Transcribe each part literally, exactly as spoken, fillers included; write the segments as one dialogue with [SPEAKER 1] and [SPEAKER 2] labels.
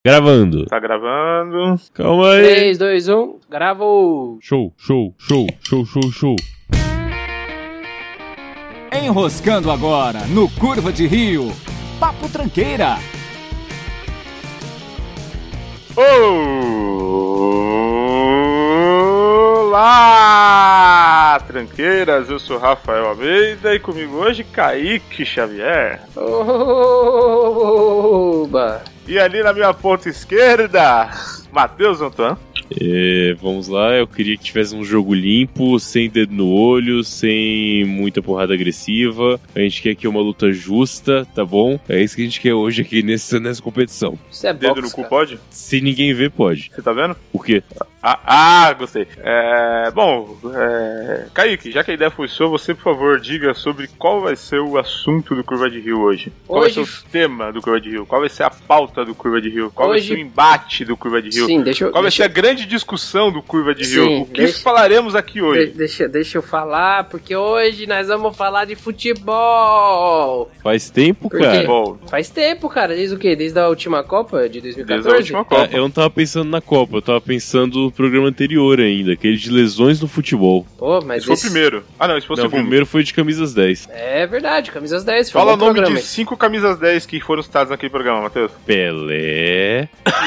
[SPEAKER 1] Gravando.
[SPEAKER 2] Tá gravando.
[SPEAKER 1] Calma aí.
[SPEAKER 3] três, dois, um, gravou.
[SPEAKER 1] Show, show, show, show, show, show.
[SPEAKER 4] Enroscando agora no Curva de Rio. Papo Tranqueira.
[SPEAKER 2] Olá, tranqueiras. Eu sou Rafael Almeida e comigo hoje Kaique Xavier.
[SPEAKER 3] Oba.
[SPEAKER 2] E ali na minha ponta esquerda, Matheus Antoine.
[SPEAKER 1] É, vamos lá, eu queria que tivesse um jogo limpo, sem dedo no olho, sem muita porrada agressiva. A gente quer aqui uma luta justa, tá bom? É isso que a gente quer hoje aqui nessa, nessa competição.
[SPEAKER 3] Isso é
[SPEAKER 2] Dedo
[SPEAKER 3] box,
[SPEAKER 2] no cu
[SPEAKER 3] cara.
[SPEAKER 2] pode?
[SPEAKER 1] Se ninguém vê, pode.
[SPEAKER 2] Você tá vendo?
[SPEAKER 1] O quê?
[SPEAKER 2] Ah, ah, gostei. É, bom, é, Kaique, já que a ideia foi sua, você, por favor, diga sobre qual vai ser o assunto do Curva de Rio hoje. Qual
[SPEAKER 3] Hoje-
[SPEAKER 2] vai ser o tema do Curva de Rio? Qual vai ser a pauta do Curva de Rio? Qual
[SPEAKER 3] Hoje-
[SPEAKER 2] vai ser o embate do Curva de Rio?
[SPEAKER 3] Sim, deixa eu...
[SPEAKER 2] Qual vai
[SPEAKER 3] deixa
[SPEAKER 2] ser a grande discussão do Curva de Rio?
[SPEAKER 3] Sim,
[SPEAKER 2] O que
[SPEAKER 3] deixa-
[SPEAKER 2] falaremos aqui
[SPEAKER 3] De-
[SPEAKER 2] hoje?
[SPEAKER 3] Deixa, deixa eu falar, porque hoje nós vamos falar de futebol.
[SPEAKER 1] Faz tempo,
[SPEAKER 3] Por quê?
[SPEAKER 1] cara.
[SPEAKER 2] Bom,
[SPEAKER 3] Faz tempo, cara. Desde o quê? Desde a última Copa de dois mil e
[SPEAKER 2] desde
[SPEAKER 3] quatorze?
[SPEAKER 2] a última
[SPEAKER 1] Ah,
[SPEAKER 2] Copa.
[SPEAKER 1] eu não tava pensando na Copa, eu tava pensando no programa anterior ainda, aquele de lesões no futebol.
[SPEAKER 3] Pô, mas
[SPEAKER 2] Esse foi o
[SPEAKER 3] esse-
[SPEAKER 2] primeiro. Ah, não, esse foi o
[SPEAKER 1] Não, o
[SPEAKER 2] segundo.
[SPEAKER 1] primeiro foi de camisas dez.
[SPEAKER 3] É verdade, camisas dez. Foi
[SPEAKER 2] Fala
[SPEAKER 3] um
[SPEAKER 2] o
[SPEAKER 3] bom
[SPEAKER 2] nome
[SPEAKER 3] programa,
[SPEAKER 2] de cinco camisas dez que foram citadas naquele programa, Matheus.
[SPEAKER 1] Pelé,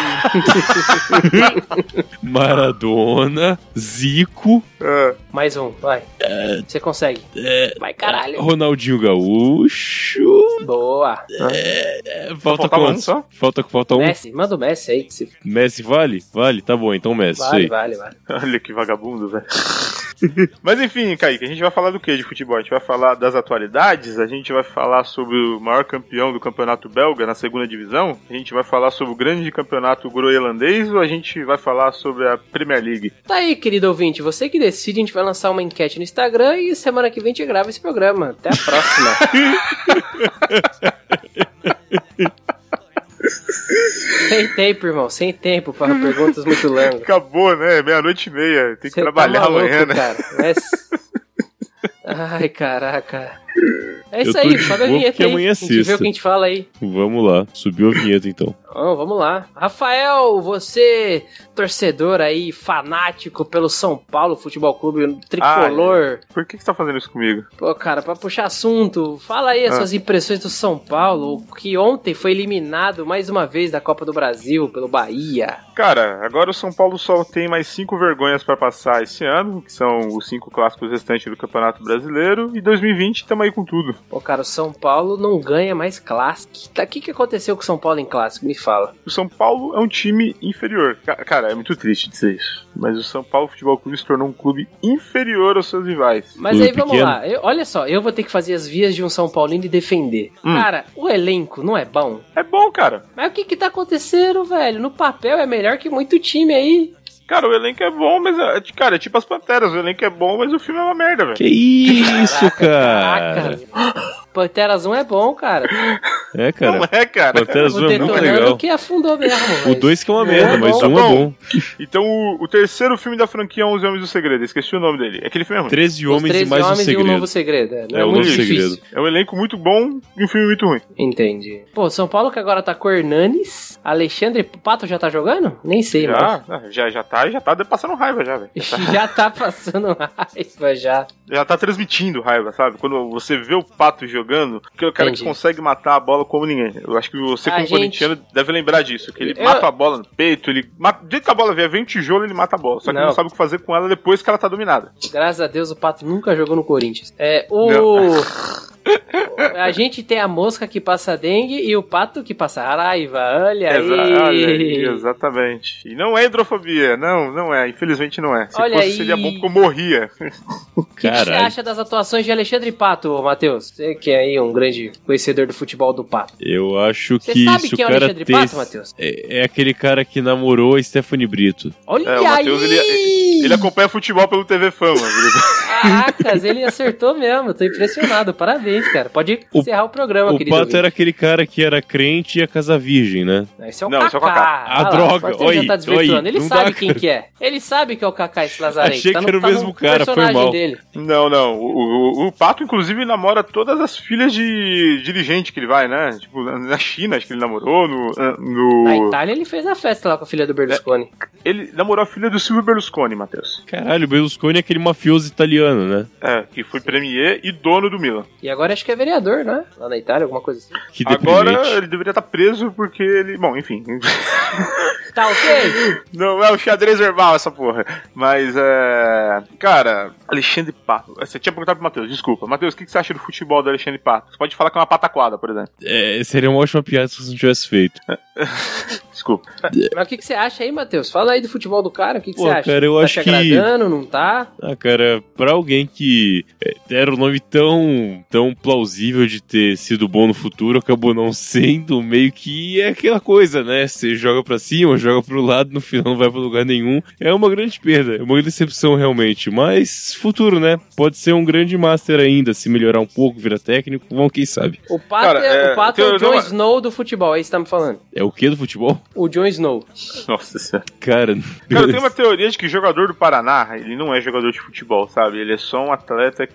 [SPEAKER 1] Maradona, Zico,
[SPEAKER 2] É,
[SPEAKER 3] hein? Mais um, vai. Você consegue. Vai, caralho.
[SPEAKER 1] Ronaldinho Gaúcho.
[SPEAKER 3] Boa.
[SPEAKER 1] É, falta
[SPEAKER 2] faltava um
[SPEAKER 1] quantos?
[SPEAKER 2] só?
[SPEAKER 1] Falta, falta um.
[SPEAKER 3] Messi, manda o Messi aí. Que se...
[SPEAKER 1] Messi vale? Vale? Tá bom, então Messi.
[SPEAKER 3] Vale,
[SPEAKER 1] sei.
[SPEAKER 3] vale, vale.
[SPEAKER 2] olha que vagabundo, velho. Mas enfim, Kaique, a gente vai falar do que de futebol? A gente vai falar das atualidades, a gente vai falar sobre o maior campeão do campeonato belga na segunda divisão, a gente vai falar sobre o grande campeonato groenlandês ou a gente vai falar sobre a Premier League?
[SPEAKER 3] Tá aí, querido ouvinte, você que decide, a gente vai lançar uma enquete no Instagram e semana que vem a gente grava esse programa. Até a próxima. Sem tempo, irmão, sem tempo para perguntas muito longas.
[SPEAKER 2] Acabou, né? Meia-noite e meia, tem que
[SPEAKER 3] Cê
[SPEAKER 2] trabalhar
[SPEAKER 3] tá maluco,
[SPEAKER 2] amanhã, né?
[SPEAKER 3] cara. Mas... Ai, caraca. É isso
[SPEAKER 1] Eu tô
[SPEAKER 3] aí,
[SPEAKER 1] de
[SPEAKER 3] sobe a
[SPEAKER 1] boa
[SPEAKER 3] vinheta
[SPEAKER 1] porque
[SPEAKER 3] aí.
[SPEAKER 1] amanhã é
[SPEAKER 3] A gente vê
[SPEAKER 1] sexta.
[SPEAKER 3] o que a gente fala aí.
[SPEAKER 1] Vamos lá, subiu a vinheta então.
[SPEAKER 3] Então, vamos lá. Rafael, você, torcedor aí, fanático pelo São Paulo Futebol Clube, tricolor.
[SPEAKER 2] Por que que você tá fazendo isso comigo?
[SPEAKER 3] Pô, cara, pra puxar assunto, fala aí as
[SPEAKER 2] Ah.
[SPEAKER 3] suas impressões do São Paulo, que ontem foi eliminado mais uma vez da Copa do Brasil pelo Bahia.
[SPEAKER 2] Cara, agora o São Paulo só tem mais cinco vergonhas pra passar esse ano, que são os cinco clássicos restantes do Campeonato Brasileiro, e dois mil e vinte tamo aí com tudo.
[SPEAKER 3] Pô, cara, o São Paulo não ganha mais clássico. O que, que aconteceu com o São Paulo em clássico? Me fala.
[SPEAKER 2] O São Paulo é um time inferior. Ca- Cara, é muito triste dizer isso. Mas o São Paulo Futebol Clube se tornou um clube inferior aos seus rivais.
[SPEAKER 3] Mas
[SPEAKER 1] Clube
[SPEAKER 3] aí vamos
[SPEAKER 1] pequeno.
[SPEAKER 3] lá, Eu- olha só, eu vou ter que fazer as vias de um São Paulino e defender.
[SPEAKER 2] Hum.
[SPEAKER 3] Cara, o elenco não é bom?
[SPEAKER 2] É bom, cara.
[SPEAKER 3] Mas o que que tá acontecendo, velho? No papel é melhor que muito time aí.
[SPEAKER 2] Cara, o elenco é bom, mas, é, cara, é tipo as Panteras. O elenco é bom, mas o filme é uma merda, velho.
[SPEAKER 1] Que isso, cara?
[SPEAKER 3] Caraca. Panteras um é bom, cara.
[SPEAKER 1] É, cara.
[SPEAKER 2] Não é, cara.
[SPEAKER 1] Panteras
[SPEAKER 3] O
[SPEAKER 1] um é muito
[SPEAKER 3] Detonando
[SPEAKER 1] legal.
[SPEAKER 3] que afundou mesmo.
[SPEAKER 1] O
[SPEAKER 3] mas-
[SPEAKER 1] dois que é uma
[SPEAKER 3] Não
[SPEAKER 1] merda,
[SPEAKER 3] é
[SPEAKER 1] mas
[SPEAKER 3] bom.
[SPEAKER 1] um
[SPEAKER 2] Tá
[SPEAKER 1] é
[SPEAKER 2] bom.
[SPEAKER 1] bom.
[SPEAKER 2] Então, o, o terceiro filme da franquia onze Homens do Segredo. Esqueci o nome dele. Aquele filme é ruim.
[SPEAKER 1] treze
[SPEAKER 3] Os
[SPEAKER 1] homens e
[SPEAKER 3] treze
[SPEAKER 1] mais um
[SPEAKER 3] homens e um
[SPEAKER 1] segredo.
[SPEAKER 3] novo segredo. É, não
[SPEAKER 1] É,
[SPEAKER 3] é,
[SPEAKER 1] o
[SPEAKER 3] muito
[SPEAKER 1] novo
[SPEAKER 3] difícil.
[SPEAKER 1] segredo.
[SPEAKER 2] É um elenco muito bom e um filme muito ruim.
[SPEAKER 3] Entendi. Pô, São Paulo que agora tá com o Hernanes, Alexandre Pato já tá jogando? Nem sei, mas...
[SPEAKER 2] Já, ah, já, já tá, já tá passando raiva já, velho.
[SPEAKER 3] Já tá passando raiva já.
[SPEAKER 2] Já tá transmitindo raiva, sabe? Quando você vê o Pato jogando, que é o cara
[SPEAKER 3] Entendi.
[SPEAKER 2] que consegue matar a bola como ninguém. Eu acho que você,
[SPEAKER 3] A
[SPEAKER 2] como
[SPEAKER 3] gente-
[SPEAKER 2] corintiano, deve lembrar disso. Que ele
[SPEAKER 3] Eu-
[SPEAKER 2] mata a bola no peito, ele mata... Do jeito que a bola vier, vem um tijolo, ele mata a bola. Só que
[SPEAKER 3] Não.
[SPEAKER 2] não sabe o que fazer com ela depois que ela tá dominada.
[SPEAKER 3] Graças a Deus o Pato nunca jogou no Corinthians. É, o... A gente tem a mosca que passa dengue e o pato que passa raiva. Olha
[SPEAKER 2] Exa-
[SPEAKER 3] aí.
[SPEAKER 2] olha aí, exatamente. E não é hidrofobia, não, não é. Infelizmente não é. Se
[SPEAKER 3] Olha
[SPEAKER 2] fosse,
[SPEAKER 3] aí.
[SPEAKER 2] seria bom porque eu morria.
[SPEAKER 3] O que, que você
[SPEAKER 1] Caralho.
[SPEAKER 3] acha das atuações de Alexandre Pato, Matheus? Você que é aí um grande conhecedor do futebol do Pato.
[SPEAKER 1] Eu acho
[SPEAKER 3] Você
[SPEAKER 1] que
[SPEAKER 3] sabe
[SPEAKER 1] se o
[SPEAKER 3] quem é o
[SPEAKER 1] cara
[SPEAKER 3] Alexandre
[SPEAKER 1] ter...
[SPEAKER 3] Pato, Matheus?
[SPEAKER 1] É, é aquele cara que namorou a Stephanie Brito.
[SPEAKER 3] Olha
[SPEAKER 2] É, o
[SPEAKER 3] aí!
[SPEAKER 2] Matheus, ele, Ele acompanha futebol pelo T V Fama.
[SPEAKER 3] Caracas, ele acertou mesmo. Tô impressionado. Parabéns, cara. Pode encerrar o, o programa,
[SPEAKER 1] o
[SPEAKER 3] querido.
[SPEAKER 1] O Pato
[SPEAKER 3] ouvinte.
[SPEAKER 1] era aquele cara que era crente e ia casar virgem, né?
[SPEAKER 3] Esse é o
[SPEAKER 2] Não,
[SPEAKER 3] Kaká.
[SPEAKER 2] esse é o Kaká.
[SPEAKER 1] A ah, droga.
[SPEAKER 3] Oi, já tá desvirtuando.
[SPEAKER 1] oi,
[SPEAKER 3] Ele
[SPEAKER 1] não
[SPEAKER 3] sabe
[SPEAKER 1] dá,
[SPEAKER 3] quem
[SPEAKER 1] cara.
[SPEAKER 3] que é. Ele sabe que é o Kaká esse Lazarento.
[SPEAKER 1] Achei
[SPEAKER 3] tá
[SPEAKER 1] que
[SPEAKER 3] no,
[SPEAKER 1] era o
[SPEAKER 3] tá
[SPEAKER 1] mesmo
[SPEAKER 3] no
[SPEAKER 1] cara, foi
[SPEAKER 3] personagem
[SPEAKER 1] mal.
[SPEAKER 3] dele.
[SPEAKER 2] Não, não. O, o, o Pato, inclusive, namora todas as filhas de dirigente que ele vai, né? Tipo, na China, acho que ele namorou, no... no...
[SPEAKER 3] Na Itália, ele fez a festa lá com a filha do Berlusconi.
[SPEAKER 2] É, ele namorou a filha do Silvio Berlusconi, Matheus.
[SPEAKER 1] Caralho, o Berlusconi é aquele mafioso italiano, né?
[SPEAKER 2] É, que foi premier e dono do Milan.
[SPEAKER 3] E agora acho que é vereador, né? Lá na Itália, alguma coisa assim.
[SPEAKER 1] Que
[SPEAKER 2] agora
[SPEAKER 1] deprimente.
[SPEAKER 2] ele deveria estar preso porque ele... Bom, enfim...
[SPEAKER 3] Tá ok?
[SPEAKER 2] Não é o xadrez verbal essa porra. Mas, é... Cara, Alexandre Pato. Você tinha perguntado pro Matheus, desculpa. Matheus, o que você acha do futebol do Alexandre Pato? Você pode falar que é uma pataquada, por exemplo.
[SPEAKER 1] É, seria uma ótima piada se você não tivesse feito.
[SPEAKER 2] Desculpa.
[SPEAKER 3] Mas o que, que você acha aí, Matheus? Fala aí do futebol do cara, o que, que
[SPEAKER 1] Pô,
[SPEAKER 3] você acha?
[SPEAKER 1] cara, eu
[SPEAKER 3] tá
[SPEAKER 1] acho
[SPEAKER 3] te
[SPEAKER 1] que-
[SPEAKER 3] agradando, não tá?
[SPEAKER 1] Ah, cara, pra alguém que é, era um nome tão, tão plausível de ter sido bom no futuro, acabou não sendo, meio que é aquela coisa, né? Você joga pra cima, joga pro lado, no final não vai pra lugar nenhum. É uma grande perda, é uma grande decepção realmente. Mas futuro, né? Pode ser um grande master ainda, se melhorar um pouco, virar técnico, vamos, quem sabe.
[SPEAKER 3] O Pato
[SPEAKER 2] Cara,
[SPEAKER 3] é,
[SPEAKER 2] é,
[SPEAKER 3] o, Pato
[SPEAKER 2] tem-
[SPEAKER 3] é o
[SPEAKER 2] tem
[SPEAKER 3] Jon
[SPEAKER 2] uma-
[SPEAKER 3] Snow do futebol, é isso que você tá me falando.
[SPEAKER 1] É o que do futebol?
[SPEAKER 3] O Jon Snow.
[SPEAKER 2] Nossa senhora.
[SPEAKER 1] Cara,
[SPEAKER 2] Cara, tem uma teoria de que jogador do Paraná, ele não é jogador de futebol, sabe? Ele é só um atleta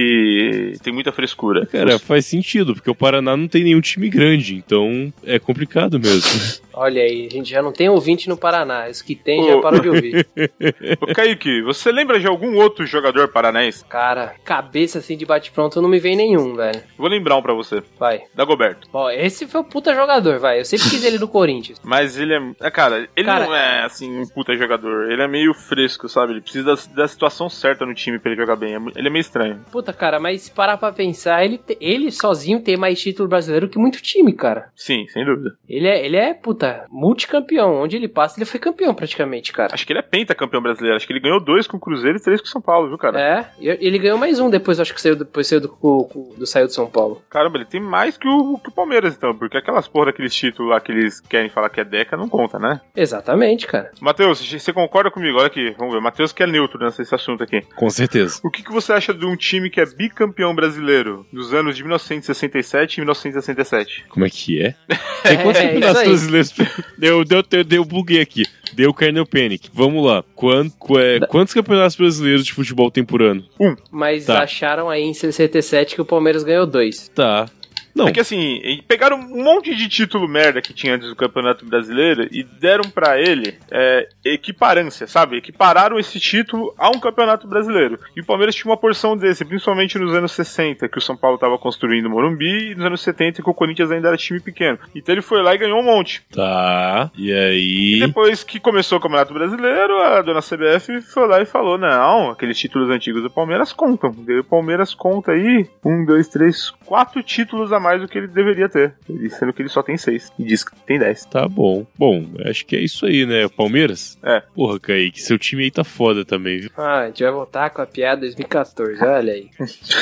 [SPEAKER 2] que tem muita frescura.
[SPEAKER 1] cara, faz sentido, porque o Paraná não tem nenhum time grande, então é complicado mesmo.
[SPEAKER 3] Olha aí, a gente já não tem ouvinte no Paraná. Os que tem
[SPEAKER 2] Ô.
[SPEAKER 3] já parou de ouvir.
[SPEAKER 2] Ô, Kaique, você lembra de algum outro jogador paranaense?
[SPEAKER 3] Cara, cabeça assim de bate-pronto não me vem nenhum, velho.
[SPEAKER 2] Vou lembrar um pra você.
[SPEAKER 3] Vai.
[SPEAKER 2] Dagoberto.
[SPEAKER 3] Ó, esse foi o puta jogador, vai. Eu sempre quis ele no Corinthians.
[SPEAKER 2] Mas ele é... é, Cara, ele
[SPEAKER 3] Cara-
[SPEAKER 2] não é, assim, um puta jogador. Ele é meio fresco, sabe? Ele precisa da, da situação certa no time pra ele jogar bem. É mu- Ele é meio estranho.
[SPEAKER 3] Puta, cara, mas se parar pra pensar, ele, te- ele sozinho tem mais título brasileiro que muito time, cara.
[SPEAKER 2] Sim, sem dúvida.
[SPEAKER 3] Ele é, ele é, puta, multicampeão. Onde ele passa, ele foi campeão praticamente, cara.
[SPEAKER 2] Acho que ele é pentacampeão brasileiro. Acho que ele ganhou dois com o Cruzeiro e três com o São Paulo, viu, cara?
[SPEAKER 3] É, e ele ganhou mais um depois, acho que saiu, depois saiu do, do, do saiu do São Paulo.
[SPEAKER 2] Caramba, ele tem mais que o, que o Palmeiras, então. Porque aquelas porra daqueles títulos lá que eles querem falar que é Deca não conta, né?
[SPEAKER 3] Exatamente, cara.
[SPEAKER 2] Matheus, você concorda comigo? Olha aqui, vamos ver. Matheus que é neutro nesse assunto aqui.
[SPEAKER 1] Com certeza.
[SPEAKER 2] O que, que você acha de um time que é bicampeão brasileiro dos anos de mil novecentos e sessenta e sete e mil novecentos e sessenta e sete?
[SPEAKER 1] Como é que é? Tem quantos
[SPEAKER 3] É,
[SPEAKER 1] campeonatos
[SPEAKER 3] isso aí.
[SPEAKER 1] brasileiros? Deu, deu, deu, deu buguei aqui. Deu Kernel Panic. Vamos lá. Quanto, é, quantos campeonatos brasileiros de futebol tem por ano?
[SPEAKER 3] Mas
[SPEAKER 1] Tá.
[SPEAKER 3] acharam aí em sessenta e sete que o Palmeiras ganhou dois.
[SPEAKER 1] Tá. Não.
[SPEAKER 2] É que assim, pegaram um monte de título merda que tinha antes do Campeonato Brasileiro e deram pra ele é, equiparância, sabe? Equipararam esse título a um Campeonato Brasileiro. E o Palmeiras tinha uma porção desse, principalmente nos anos sessenta, que o São Paulo tava construindo o Morumbi, e nos anos setenta, que o Corinthians ainda era time pequeno. Então ele foi lá e ganhou um monte.
[SPEAKER 1] Tá. E aí?
[SPEAKER 2] E depois que começou o Campeonato Brasileiro, a dona C B F foi lá e falou: não, aqueles títulos antigos do Palmeiras contam. Daí o Palmeiras conta aí um, dois, três, quatro títulos a mais do que ele deveria ter. Sendo que ele só tem seis. E diz que tem dez.
[SPEAKER 1] Tá bom. Bom, acho que é isso aí, né? Palmeiras?
[SPEAKER 2] É.
[SPEAKER 1] Porra, Kaique, seu time aí tá foda também, viu?
[SPEAKER 3] Ah, a gente vai voltar com a piada dois mil e catorze, olha aí.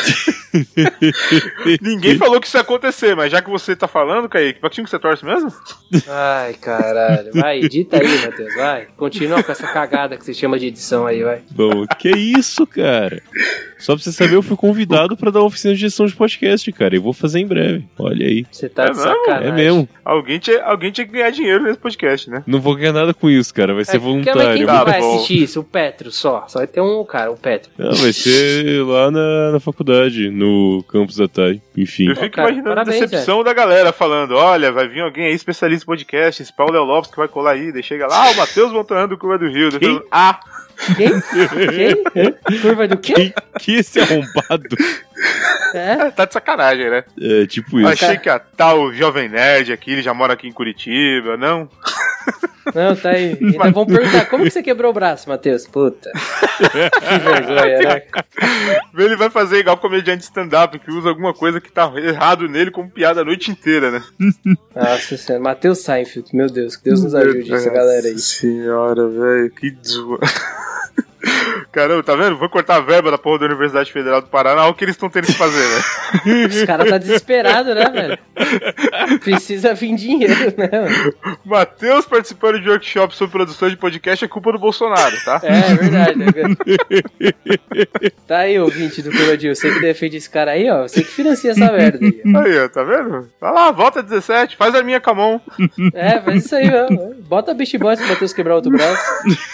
[SPEAKER 2] Ninguém falou que isso ia acontecer, mas já que você tá falando, Kaique, pra que time que você torce mesmo?
[SPEAKER 3] Ai, caralho. Vai, edita aí, Matheus, vai. Continua com essa cagada que você chama de edição aí, vai.
[SPEAKER 1] Bom, que isso, cara? Só pra você saber, eu fui convidado pra dar uma oficina de gestão de podcast, cara. E vou fazer em breve. Olha aí.
[SPEAKER 3] Você tá
[SPEAKER 2] É
[SPEAKER 3] de
[SPEAKER 2] mesmo?
[SPEAKER 3] sacanagem.
[SPEAKER 1] É mesmo.
[SPEAKER 2] Alguém tinha, alguém tinha que ganhar dinheiro nesse podcast, né?
[SPEAKER 1] Não vou ganhar nada com isso, cara. Vai ser
[SPEAKER 3] É, porque- mas
[SPEAKER 1] voluntário.
[SPEAKER 3] quem que
[SPEAKER 2] Tá
[SPEAKER 3] vai
[SPEAKER 2] bom.
[SPEAKER 3] assistir isso? O Petro só. Só vai ter um cara, o Petro.
[SPEAKER 1] Não, vai ser lá na, na faculdade, no campus da T A I. Enfim.
[SPEAKER 2] Eu fico
[SPEAKER 3] cara,
[SPEAKER 2] imaginando
[SPEAKER 3] parabéns,
[SPEAKER 2] a decepção da galera falando: olha, vai vir alguém aí especialista em podcast, esse Paulo Léo Lopes que vai colar aí. Daí chega lá, ah, o Matheus Montanhando do Curva do Rio. Daí
[SPEAKER 1] Quem?
[SPEAKER 2] fala, ah,
[SPEAKER 3] Quem? Quem? Curva do quê?
[SPEAKER 1] Que, que esse arrombado?
[SPEAKER 3] É?
[SPEAKER 2] tá de sacanagem, né?
[SPEAKER 1] É, tipo isso.
[SPEAKER 2] Achei que a tal Jovem Nerd aqui, ele já mora aqui em Curitiba, não?
[SPEAKER 3] Não, tá aí. Ainda vão perguntar, como que você quebrou o braço, Matheus? Puta. Que vergonha, né?
[SPEAKER 2] Ele vai fazer igual comediante stand-up, que usa alguma coisa que tá errado nele como piada a noite inteira, né?
[SPEAKER 3] Nossa senhora. Matheus Seinfeld, meu Deus, que Deus nos ajude, essa galera aí.
[SPEAKER 2] Nossa senhora, velho, que desvo... Caramba, tá vendo? Vou cortar a verba da porra da Universidade Federal do Paraná. Olha o que eles estão tendo que fazer, velho.
[SPEAKER 3] Os caras tá desesperado, né, velho? Precisa vir dinheiro, né, mano?
[SPEAKER 2] Matheus participando de workshop sobre produção de podcast é culpa do Bolsonaro, tá?
[SPEAKER 3] É, é verdade, né, cara? Tá aí, ouvinte do Colodil. Você que defende esse cara aí, ó. Você que financia essa merda aí, ó.
[SPEAKER 2] Aí, ó, tá vendo? Vai lá, volta dezessete, faz a minha Camon.
[SPEAKER 3] É, faz isso aí, ó. Bota a Beast Boys pro Matheus quebrar outro braço.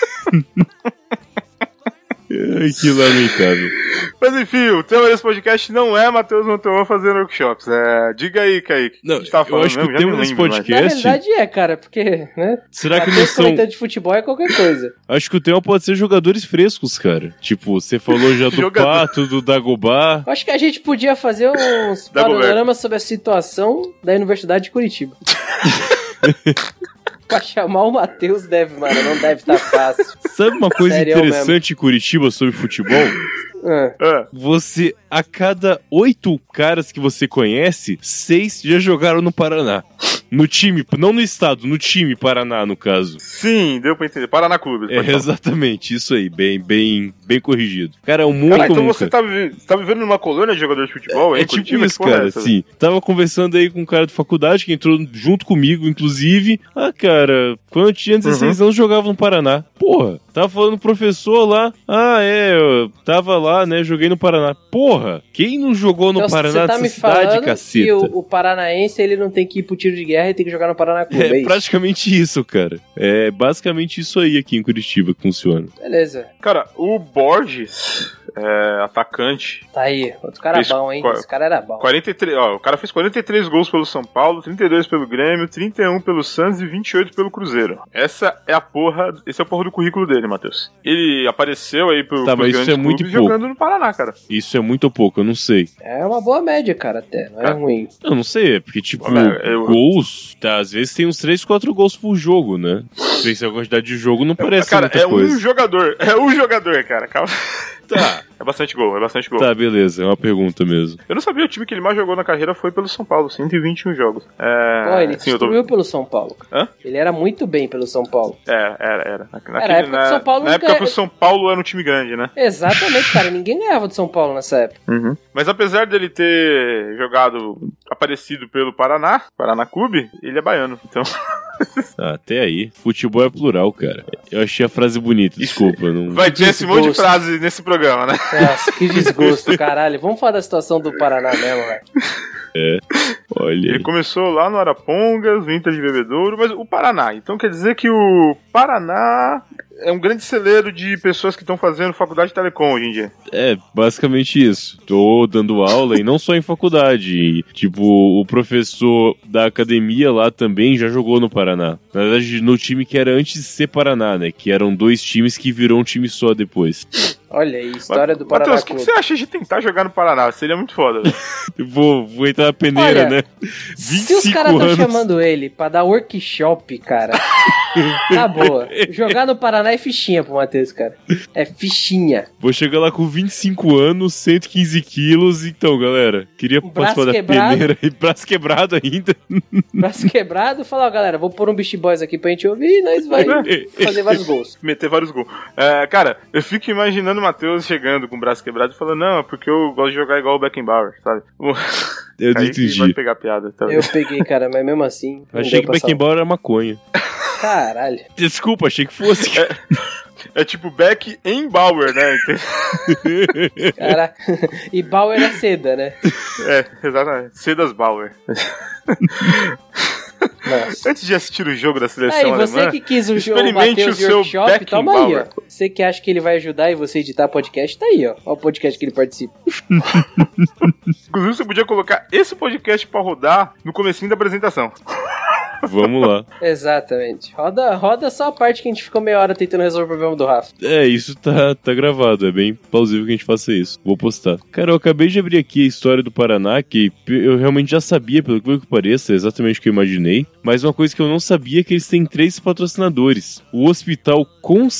[SPEAKER 1] Ai, que lamentável.
[SPEAKER 2] Mas enfim, o tema desse podcast não é Matheus Monteon fazendo workshops. É, diga aí, Kaique.
[SPEAKER 1] Não,
[SPEAKER 2] a gente tava
[SPEAKER 1] eu acho que
[SPEAKER 2] mesmo,
[SPEAKER 1] o tema desse
[SPEAKER 2] lembro,
[SPEAKER 1] podcast...
[SPEAKER 3] Na verdade é, cara, porque, né?
[SPEAKER 1] Será que
[SPEAKER 3] Matheus
[SPEAKER 1] não são...
[SPEAKER 3] comentando de futebol é qualquer coisa.
[SPEAKER 1] Acho que o tema pode ser jogadores frescos, cara. Tipo, você falou já do
[SPEAKER 2] Jogador.
[SPEAKER 1] Pato, do Dagobah.
[SPEAKER 3] Acho que a gente podia fazer uns panoramas sobre a situação da Universidade de Curitiba. Pra chamar o Matheus deve, mano, não deve estar fácil.
[SPEAKER 1] Sabe uma coisa
[SPEAKER 3] Sério
[SPEAKER 1] interessante em Curitiba sobre futebol?
[SPEAKER 3] Ah.
[SPEAKER 2] Ah,
[SPEAKER 1] Você, a cada oito caras que você conhece, seis já jogaram no Paraná. No time, não no estado, no time Paraná, no caso.
[SPEAKER 2] sim, deu pra entender. Paraná Clube.
[SPEAKER 1] É, exatamente, isso aí, bem, bem, bem corrigido. Cara, é um muito
[SPEAKER 2] Cara, então
[SPEAKER 1] comum,
[SPEAKER 2] você
[SPEAKER 1] cara.
[SPEAKER 2] tá, vive- tá vivendo numa colônia de jogadores de futebol?
[SPEAKER 1] É
[SPEAKER 2] aí,
[SPEAKER 1] tipo
[SPEAKER 2] Curitiba?
[SPEAKER 1] isso,
[SPEAKER 2] Que porra é
[SPEAKER 1] cara,
[SPEAKER 2] essa,
[SPEAKER 1] sim. Tava conversando aí com um cara de faculdade que entrou junto comigo, inclusive. Ah, cara, quando eu tinha dezesseis anos, jogava no Paraná. Porra, tava falando com o professor lá. Ah, é, eu tava lá, né, joguei no Paraná. Porra, quem não jogou no
[SPEAKER 3] Então,
[SPEAKER 1] Paraná
[SPEAKER 3] você tá
[SPEAKER 1] dessa
[SPEAKER 3] me
[SPEAKER 1] cidade,
[SPEAKER 3] falando
[SPEAKER 1] caceta?
[SPEAKER 3] que o, o paranaense ele não tem que ir pro tiro de guerra e tem que jogar no Paraná Clube, é
[SPEAKER 1] É
[SPEAKER 3] isso?
[SPEAKER 1] praticamente isso, cara. É basicamente isso aí aqui em Curitiba que funciona.
[SPEAKER 3] Beleza.
[SPEAKER 2] Cara, o Borges, é, atacante,
[SPEAKER 3] Tá aí, outro cara
[SPEAKER 2] Fez
[SPEAKER 3] bom, hein?
[SPEAKER 2] qual-
[SPEAKER 3] Esse cara era bom.
[SPEAKER 2] quarenta e três, ó, o cara fez quarenta e três gols pelo São Paulo, trinta e dois pelo Grêmio, trinta e um pelo Santos e vinte e oito pelo Cruzeiro. Essa é a porra, esse é o porra do currículo dele, Matheus. Ele apareceu aí pro,
[SPEAKER 1] Tá,
[SPEAKER 2] pros
[SPEAKER 1] mas isso
[SPEAKER 2] grandes
[SPEAKER 1] é muito
[SPEAKER 2] clubes
[SPEAKER 1] pouco.
[SPEAKER 2] jogando no Paraná, cara.
[SPEAKER 1] Isso é muito ou pouco, eu não sei.
[SPEAKER 3] É uma boa média, cara, até. Não é
[SPEAKER 2] Cara,
[SPEAKER 3] ruim.
[SPEAKER 1] Eu não sei, é porque, tipo,
[SPEAKER 2] Olha, eu-
[SPEAKER 1] gols, tá, às vezes tem uns três, quatro gols por jogo, né? Se pensa a quantidade de jogo, não parece
[SPEAKER 2] Cara,
[SPEAKER 1] muita
[SPEAKER 2] é
[SPEAKER 1] coisa.
[SPEAKER 2] um jogador, é um jogador, cara, calma.
[SPEAKER 1] Tá,
[SPEAKER 2] É bastante gol, é bastante gol.
[SPEAKER 1] tá, beleza, é uma pergunta mesmo.
[SPEAKER 2] Eu não sabia, o time que ele mais jogou na carreira foi pelo São Paulo, cento e vinte e um jogos. É...
[SPEAKER 3] Pô, ele
[SPEAKER 2] sim, eu tô...
[SPEAKER 3] destruiu pelo São Paulo.
[SPEAKER 2] Hã?
[SPEAKER 3] Ele era muito bem pelo São Paulo.
[SPEAKER 2] É, era, era. Naquele,
[SPEAKER 3] Era a época
[SPEAKER 2] na,
[SPEAKER 3] que o São Paulo
[SPEAKER 2] na
[SPEAKER 3] não
[SPEAKER 2] época
[SPEAKER 3] ganha-
[SPEAKER 2] que o São Paulo era um time grande, né?
[SPEAKER 3] Exatamente, cara. Ninguém ganhava do São Paulo nessa época.
[SPEAKER 2] Mas apesar dele ter jogado, aparecido pelo Paraná, Paraná Clube, ele é baiano, então...
[SPEAKER 1] Ah, até aí, futebol é plural, cara. Eu achei a frase bonita, desculpa. Não...
[SPEAKER 2] Vai ter esse monte de
[SPEAKER 3] desgosto.
[SPEAKER 2] frase nesse programa, né?
[SPEAKER 3] Nossa, que desgosto, caralho. Vamos falar da situação do Paraná mesmo, velho.
[SPEAKER 1] Olha
[SPEAKER 2] Ele
[SPEAKER 1] aí.
[SPEAKER 2] começou lá no Arapongas, no Inter de Bebedouro, mas o Paraná. Então quer dizer que o Paraná é um grande celeiro de pessoas que estão fazendo faculdade de telecom hoje em dia.
[SPEAKER 1] É, basicamente isso. Tô dando aula e não só em faculdade. E, tipo, o professor da academia lá também já jogou no Paraná. Na verdade, no time que era antes de ser Paraná, né? Que eram dois times que virou um time só depois.
[SPEAKER 3] Olha aí, história do Paraná
[SPEAKER 2] Matheus, o que, que
[SPEAKER 3] Clube.
[SPEAKER 2] você acha de tentar jogar no Paraná? Seria muito foda, velho.
[SPEAKER 1] Vou, vou entrar na peneira,
[SPEAKER 3] Olha,
[SPEAKER 1] né?
[SPEAKER 3] Se os
[SPEAKER 1] vinte e cinco
[SPEAKER 3] caras estão
[SPEAKER 1] anos.
[SPEAKER 3] chamando ele pra dar workshop, cara, tá boa. Jogar no Paraná é fichinha pro Matheus, cara. É fichinha.
[SPEAKER 1] Vou chegar lá com vinte e cinco anos, cento e quinze quilos. Então, galera, queria
[SPEAKER 3] Um
[SPEAKER 1] participar
[SPEAKER 3] braço
[SPEAKER 1] da
[SPEAKER 3] quebrado.
[SPEAKER 1] peneira. E braço quebrado ainda.
[SPEAKER 3] Braço quebrado, falar, ó, galera, vou pôr um Beast Boys aqui pra gente ouvir e nós vai fazer vários gols.
[SPEAKER 2] Meter vários gols. É, cara, eu fico imaginando o Matheus chegando com o braço quebrado e falando, não, é porque eu gosto de jogar igual o Beckenbauer, sabe?
[SPEAKER 1] Eu não
[SPEAKER 2] Aí que
[SPEAKER 1] entendi.
[SPEAKER 2] vai pegar a piada, tá
[SPEAKER 3] Eu peguei, cara, mas mesmo assim. não
[SPEAKER 1] Achei
[SPEAKER 3] deu
[SPEAKER 1] que
[SPEAKER 3] pra salvar.
[SPEAKER 1] Beckenbauer era maconha.
[SPEAKER 3] Caralho.
[SPEAKER 1] Desculpa, achei que fosse.
[SPEAKER 2] É tipo Beck em Bauer, né?
[SPEAKER 3] Caraca. E Bauer é seda, né?
[SPEAKER 2] É, exatamente. Cedas Bauer.
[SPEAKER 3] Nossa.
[SPEAKER 2] Antes de assistir o jogo da seleção
[SPEAKER 3] Aí, você
[SPEAKER 2] alemã,
[SPEAKER 3] que quis o jogo
[SPEAKER 2] experimente
[SPEAKER 3] Matheus
[SPEAKER 2] o seu
[SPEAKER 3] Workshop, toma aí, ó.
[SPEAKER 2] Beckenbauer.
[SPEAKER 3] Você que acha que ele vai ajudar e você editar podcast, tá aí, ó. Olha o podcast que ele participa.
[SPEAKER 2] inclusive você podia colocar esse podcast pra rodar no comecinho da apresentação.
[SPEAKER 1] Vamos lá.
[SPEAKER 3] Exatamente. Roda, roda só a parte que a gente ficou meia hora tentando resolver o problema do Rafa.
[SPEAKER 1] É, isso tá, tá gravado. É bem plausível que a gente faça isso. Vou postar. Cara, eu acabei de abrir aqui a história do Paraná, que eu realmente já sabia, pelo que pareça, exatamente o que eu imaginei. Mas uma coisa que eu não sabia é que eles têm três patrocinadores. O Hospital Const...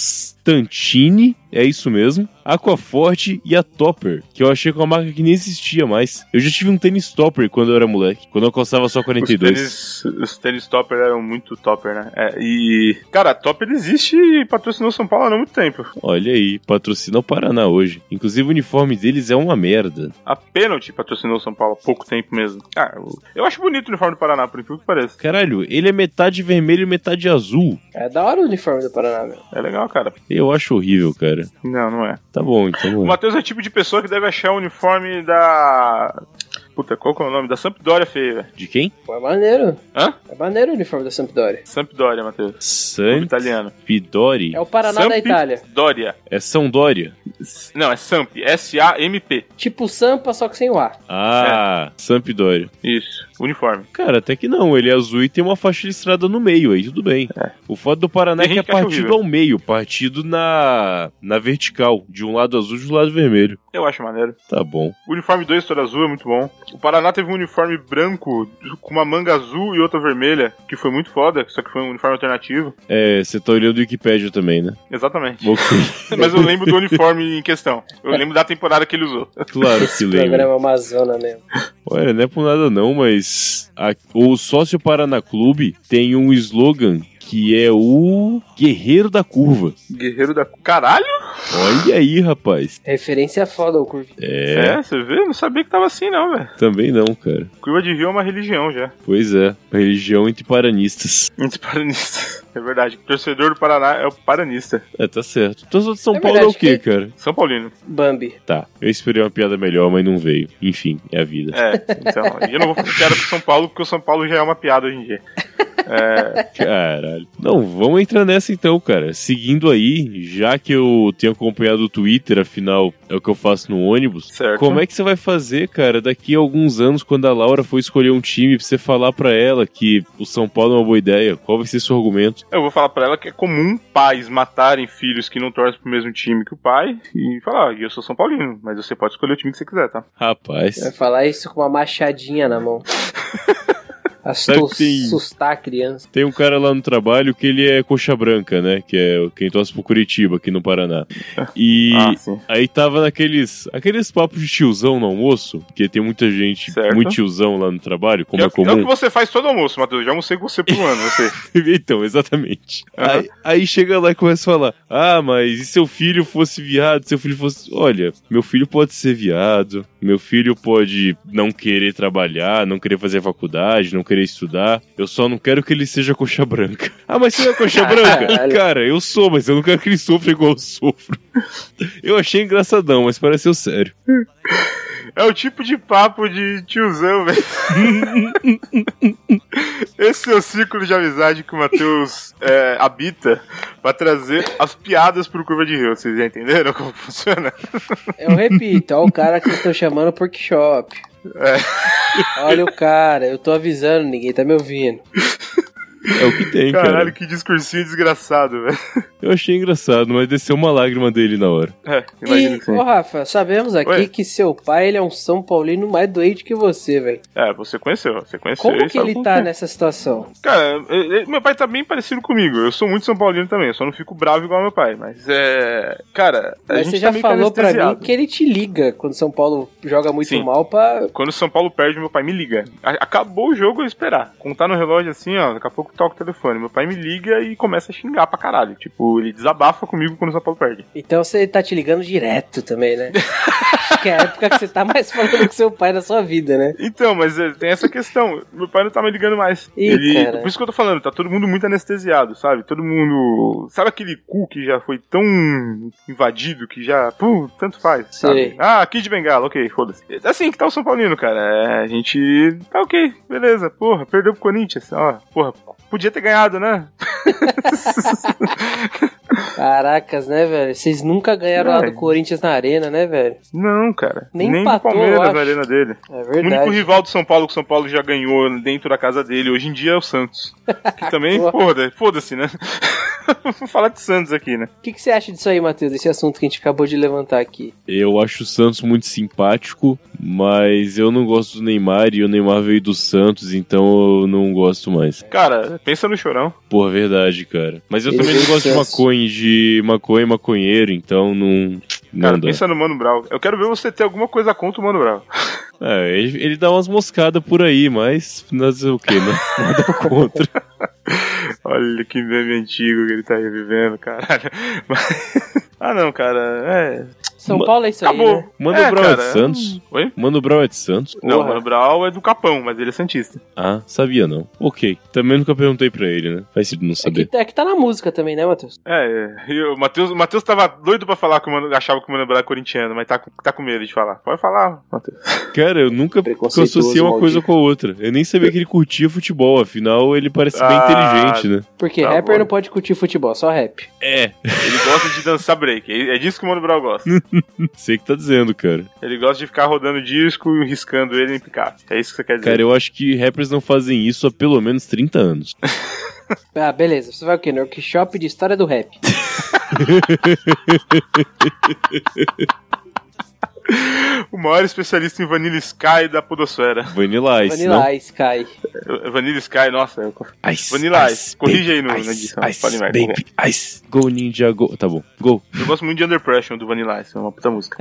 [SPEAKER 1] Tantini, é isso mesmo, Aquaforte e a Topper, que eu achei que é uma marca que nem existia mais. Eu já tive um tênis Topper quando eu era moleque, quando eu calçava só quarenta e dois.
[SPEAKER 2] Os tênis, os tênis Topper eram muito Topper, né? É, e, cara, a Topper existe e patrocinou São Paulo há não muito tempo.
[SPEAKER 1] Olha aí, patrocina o Paraná hoje. Inclusive o uniforme deles é uma merda.
[SPEAKER 2] A Penalty patrocinou São Paulo há pouco tempo mesmo. Ah, eu, eu acho bonito o uniforme do Paraná, por incrível que pareça.
[SPEAKER 1] Caralho, ele é metade vermelho e metade azul.
[SPEAKER 3] É da hora o uniforme do Paraná, meu.
[SPEAKER 2] É legal, cara.
[SPEAKER 1] Eu acho horrível, cara.
[SPEAKER 2] Não, não é.
[SPEAKER 1] Tá bom, então.
[SPEAKER 2] O Matheus é o tipo de pessoa que deve achar o uniforme da... Puta, qual que é o nome? Da Sampdoria feia, velho.
[SPEAKER 1] De quem?
[SPEAKER 3] Pô, é maneiro.
[SPEAKER 2] Hã?
[SPEAKER 3] É maneiro o uniforme da Sampdoria.
[SPEAKER 2] Sampdoria, Matheus.
[SPEAKER 1] Samp...
[SPEAKER 2] italiano.
[SPEAKER 1] Pidori?
[SPEAKER 3] É o Paraná da Itália.
[SPEAKER 2] Sampdoria.
[SPEAKER 1] É São Dória.
[SPEAKER 2] Não, é Samp. S A M P.
[SPEAKER 3] Tipo Sampa, só que sem o A.
[SPEAKER 1] Ah, é. Sampdoria.
[SPEAKER 2] Isso. Uniforme.
[SPEAKER 1] Cara, até que não. Ele é azul e tem uma faixa listrada no meio, aí tudo bem. É. O foda do Paraná é que é partido ao meio, partido na, na vertical. De um lado azul e de um lado vermelho.
[SPEAKER 2] Eu acho maneiro.
[SPEAKER 1] Tá bom.
[SPEAKER 2] O uniforme dois todo azul é muito bom. O Paraná teve um uniforme branco com uma manga azul e outra vermelha, que foi muito foda, só que foi um uniforme alternativo.
[SPEAKER 1] É, você tá olhando o Wikipédia também, né?
[SPEAKER 2] Exatamente.
[SPEAKER 1] Ok.
[SPEAKER 2] Mas eu lembro do uniforme em questão. Eu lembro da temporada que ele usou.
[SPEAKER 1] Claro
[SPEAKER 3] Esse
[SPEAKER 1] que lembro.
[SPEAKER 3] Esse programa é uma zona mesmo.
[SPEAKER 1] Olha, não é por nada não, mas a, o Sócio Paraná Clube tem um slogan que é o Guerreiro da Curva.
[SPEAKER 2] Guerreiro da Curva. Caralho!
[SPEAKER 1] Olha aí, rapaz.
[SPEAKER 3] Referência foda, o Curva.
[SPEAKER 1] É.
[SPEAKER 2] É, você vê? Não sabia que tava assim, não, velho.
[SPEAKER 1] Também não, cara.
[SPEAKER 2] Curva de Rio é uma religião já.
[SPEAKER 1] Pois é, uma religião entre paranistas.
[SPEAKER 2] Entre paranistas. É verdade. O torcedor do Paraná é o paranista.
[SPEAKER 1] É, tá certo. O torcedor de São
[SPEAKER 3] é
[SPEAKER 1] Paulo é o quê,
[SPEAKER 3] que...
[SPEAKER 1] cara?
[SPEAKER 2] São Paulino.
[SPEAKER 3] Bambi.
[SPEAKER 1] Tá, eu esperei uma piada melhor, mas não veio. Enfim, é a vida.
[SPEAKER 2] É, então. Eu não vou fazer piada com São Paulo, porque o São Paulo já é uma piada hoje em dia. É...
[SPEAKER 1] Caralho. Não, vamos entrar nessa então, cara. Seguindo aí, já que eu tenho acompanhado o Twitter, afinal é o que eu faço no ônibus.
[SPEAKER 2] Certo.
[SPEAKER 1] Como é que você vai fazer, cara, daqui a alguns anos, quando a Laura for escolher um time, pra você falar pra ela que o São Paulo é uma boa ideia? Qual vai ser seu argumento?
[SPEAKER 2] Eu vou falar pra ela que é comum pais matarem filhos que não torcem pro mesmo time que o pai e falar, ah, eu sou São Paulino, mas você pode escolher o time que você quiser, tá?
[SPEAKER 1] Rapaz.
[SPEAKER 3] Vai falar isso com uma machadinha na mão. Assustar a criança.
[SPEAKER 1] Tem um cara lá no trabalho que ele é coxa branca, né? Que é quem torce pro Curitiba aqui no Paraná. E ah, aí tava naqueles aqueles papos de tiozão no almoço, porque tem muita gente, certo. Muito tiozão lá no trabalho, como é, é comum. É
[SPEAKER 2] o que você faz todo almoço, Matheus. Já almocei com você por um ano, você.
[SPEAKER 1] Então, exatamente. Uhum. Aí, aí chega lá e começa a falar, ah, mas e se seu filho fosse viado? Se seu filho fosse... Olha, meu filho pode ser viado, meu filho pode não querer trabalhar, não querer fazer faculdade, não querer estudar, eu só não quero que ele seja coxa branca. Ah, mas você é coxa branca? Cara, eu sou, mas eu não quero que ele sofra igual eu sofro. Eu achei engraçadão, mas pareceu sério.
[SPEAKER 2] É o tipo de papo de tiozão, velho. Esse é o ciclo de amizade que o Matheus é, habita pra trazer as piadas pro Curva de Rio. Vocês já entenderam como funciona?
[SPEAKER 3] Eu repito, é o cara que eu tô chamando Porkshop. É. Olha o cara, eu tô avisando, ninguém tá me ouvindo.
[SPEAKER 1] É o que tem,
[SPEAKER 2] Caralho,
[SPEAKER 1] cara.
[SPEAKER 2] Caralho, que discursinho desgraçado, velho.
[SPEAKER 1] Eu achei engraçado, mas desceu uma lágrima dele na hora.
[SPEAKER 2] É, imagina
[SPEAKER 3] e,
[SPEAKER 2] que sim.
[SPEAKER 3] Ô, Rafa, sabemos aqui
[SPEAKER 2] Oi?
[SPEAKER 3] que seu pai, ele é um São Paulino mais doente que você, velho.
[SPEAKER 2] É, você conheceu, você conheceu.
[SPEAKER 3] Como que ele tá que... nessa situação?
[SPEAKER 2] Cara, ele, meu pai tá bem parecido comigo. Eu sou muito São Paulino também, eu só não fico bravo igual meu pai. Mas é... Cara, a
[SPEAKER 3] mas
[SPEAKER 2] gente
[SPEAKER 3] você já
[SPEAKER 2] tá
[SPEAKER 3] falou pra mim que ele te liga quando São Paulo joga muito sim. mal pra...
[SPEAKER 2] Quando o São Paulo perde, meu pai me liga. Acabou o jogo, eu esperar. Contar no relógio assim, ó, daqui a pouco toca o telefone. Meu pai me liga e começa a xingar pra caralho. Tipo, ele desabafa comigo quando o São Paulo perde.
[SPEAKER 3] Então você tá te ligando direto também, né? Acho que é a época que você tá mais falando com seu pai na sua vida, né?
[SPEAKER 2] Então, mas é, tem essa questão. Meu pai não tá me ligando mais.
[SPEAKER 3] Ih,
[SPEAKER 2] ele,
[SPEAKER 3] cara.
[SPEAKER 2] Por isso que eu tô falando, tá todo mundo muito anestesiado, sabe? Todo mundo... Sabe aquele cu que já foi tão invadido que já... Pum, tanto faz, sabe? Ah, Kid Bengala, ok, foda-se. É assim que tá o São Paulino, cara. É, a gente... Tá ok, beleza. Porra, perdeu pro Corinthians. Ó, porra, podia ter ganhado, né?
[SPEAKER 3] Caracas, né, velho? Vocês nunca ganharam lá do Corinthians na arena, né, velho?
[SPEAKER 2] Não, cara.
[SPEAKER 3] Nem,
[SPEAKER 2] Nem
[SPEAKER 3] empatou,
[SPEAKER 2] do Palmeiras na arena dele.
[SPEAKER 3] É verdade.
[SPEAKER 2] O único rival do São Paulo que o São Paulo já ganhou dentro da casa dele hoje em dia é o Santos. Que também, foda, foda-se, né? Vamos falar de Santos aqui, né?
[SPEAKER 3] O que, que você acha disso aí, Matheus? Desse assunto que a gente acabou de levantar aqui.
[SPEAKER 1] Eu acho o Santos muito simpático, mas eu não gosto do Neymar e o Neymar veio do Santos, então eu não gosto mais.
[SPEAKER 2] Cara, pensa no Chorão.
[SPEAKER 1] Porra, verdade, cara. Mas eu
[SPEAKER 3] Ele
[SPEAKER 1] também não gosto
[SPEAKER 3] Santos.
[SPEAKER 1] de maconha de de maconha e maconheiro, então não...
[SPEAKER 2] Cara,
[SPEAKER 1] não dá.
[SPEAKER 2] pensa no Mano Brown. Eu quero ver você ter alguma coisa contra o Mano Brown.
[SPEAKER 1] É, ele, ele dá umas moscadas por aí, mas não sei o que, né? Nada contra.
[SPEAKER 2] Olha que meme antigo que ele tá revivendo, caralho. Mas... Ah, não, cara, é...
[SPEAKER 3] São Paulo é isso
[SPEAKER 2] Acabou.
[SPEAKER 3] aí, né?
[SPEAKER 1] Mano
[SPEAKER 2] É,
[SPEAKER 1] Brown
[SPEAKER 2] cara,
[SPEAKER 1] é de Santos?
[SPEAKER 2] Oi?
[SPEAKER 1] Mano Brown é de Santos?
[SPEAKER 2] Não,
[SPEAKER 3] Porra.
[SPEAKER 2] Mano Brown é do Capão, mas ele é santista.
[SPEAKER 1] Ah, sabia não. Ok. Também nunca perguntei pra ele, né? Faz sentido não
[SPEAKER 3] É
[SPEAKER 1] saber.
[SPEAKER 3] que, é que tá na música também, né, Matheus?
[SPEAKER 2] É, e o Matheus, o Matheus tava doido pra falar que o Mano, achava que o Mano Brown é corintiano, mas tá, com- tá com medo de falar. Pode falar, Matheus.
[SPEAKER 1] Cara, eu nunca
[SPEAKER 3] Preconceituoso,
[SPEAKER 1] associei uma coisa
[SPEAKER 3] maldito.
[SPEAKER 1] com a outra. Eu nem sabia que ele curtia futebol, afinal ele parece bem
[SPEAKER 2] Ah.
[SPEAKER 1] inteligente, né?
[SPEAKER 3] Porque
[SPEAKER 2] Tá
[SPEAKER 3] rapper
[SPEAKER 2] bom.
[SPEAKER 3] não pode curtir futebol, só rap.
[SPEAKER 1] É,
[SPEAKER 2] Ele gosta de dançar break, é é disso que o Mano Brown gosta.
[SPEAKER 1] sei que tá dizendo, cara.
[SPEAKER 2] Ele gosta de ficar rodando disco e riscando ele em picape. É isso que você quer dizer.
[SPEAKER 1] Cara, eu acho que rappers não fazem isso há pelo menos trinta anos.
[SPEAKER 3] Ah, beleza. Você vai o quê? No workshop de história do rap.
[SPEAKER 2] O maior especialista em Vanilla Sky da podosfera.
[SPEAKER 1] Vanilla Ice,
[SPEAKER 3] Vanilla Ice, Sky.
[SPEAKER 2] Vanilla Sky, nossa. Eu...
[SPEAKER 1] não? Ice,
[SPEAKER 2] Vanilla Ice. Corrige aí no- na
[SPEAKER 1] Ice,
[SPEAKER 2] edição.
[SPEAKER 1] Ice,
[SPEAKER 2] Fale mais,
[SPEAKER 1] baby, Ice. Go Ninja, go. Tá bom, go.
[SPEAKER 2] eu gosto muito de Under Pressure do Vanilla Ice, é uma puta música.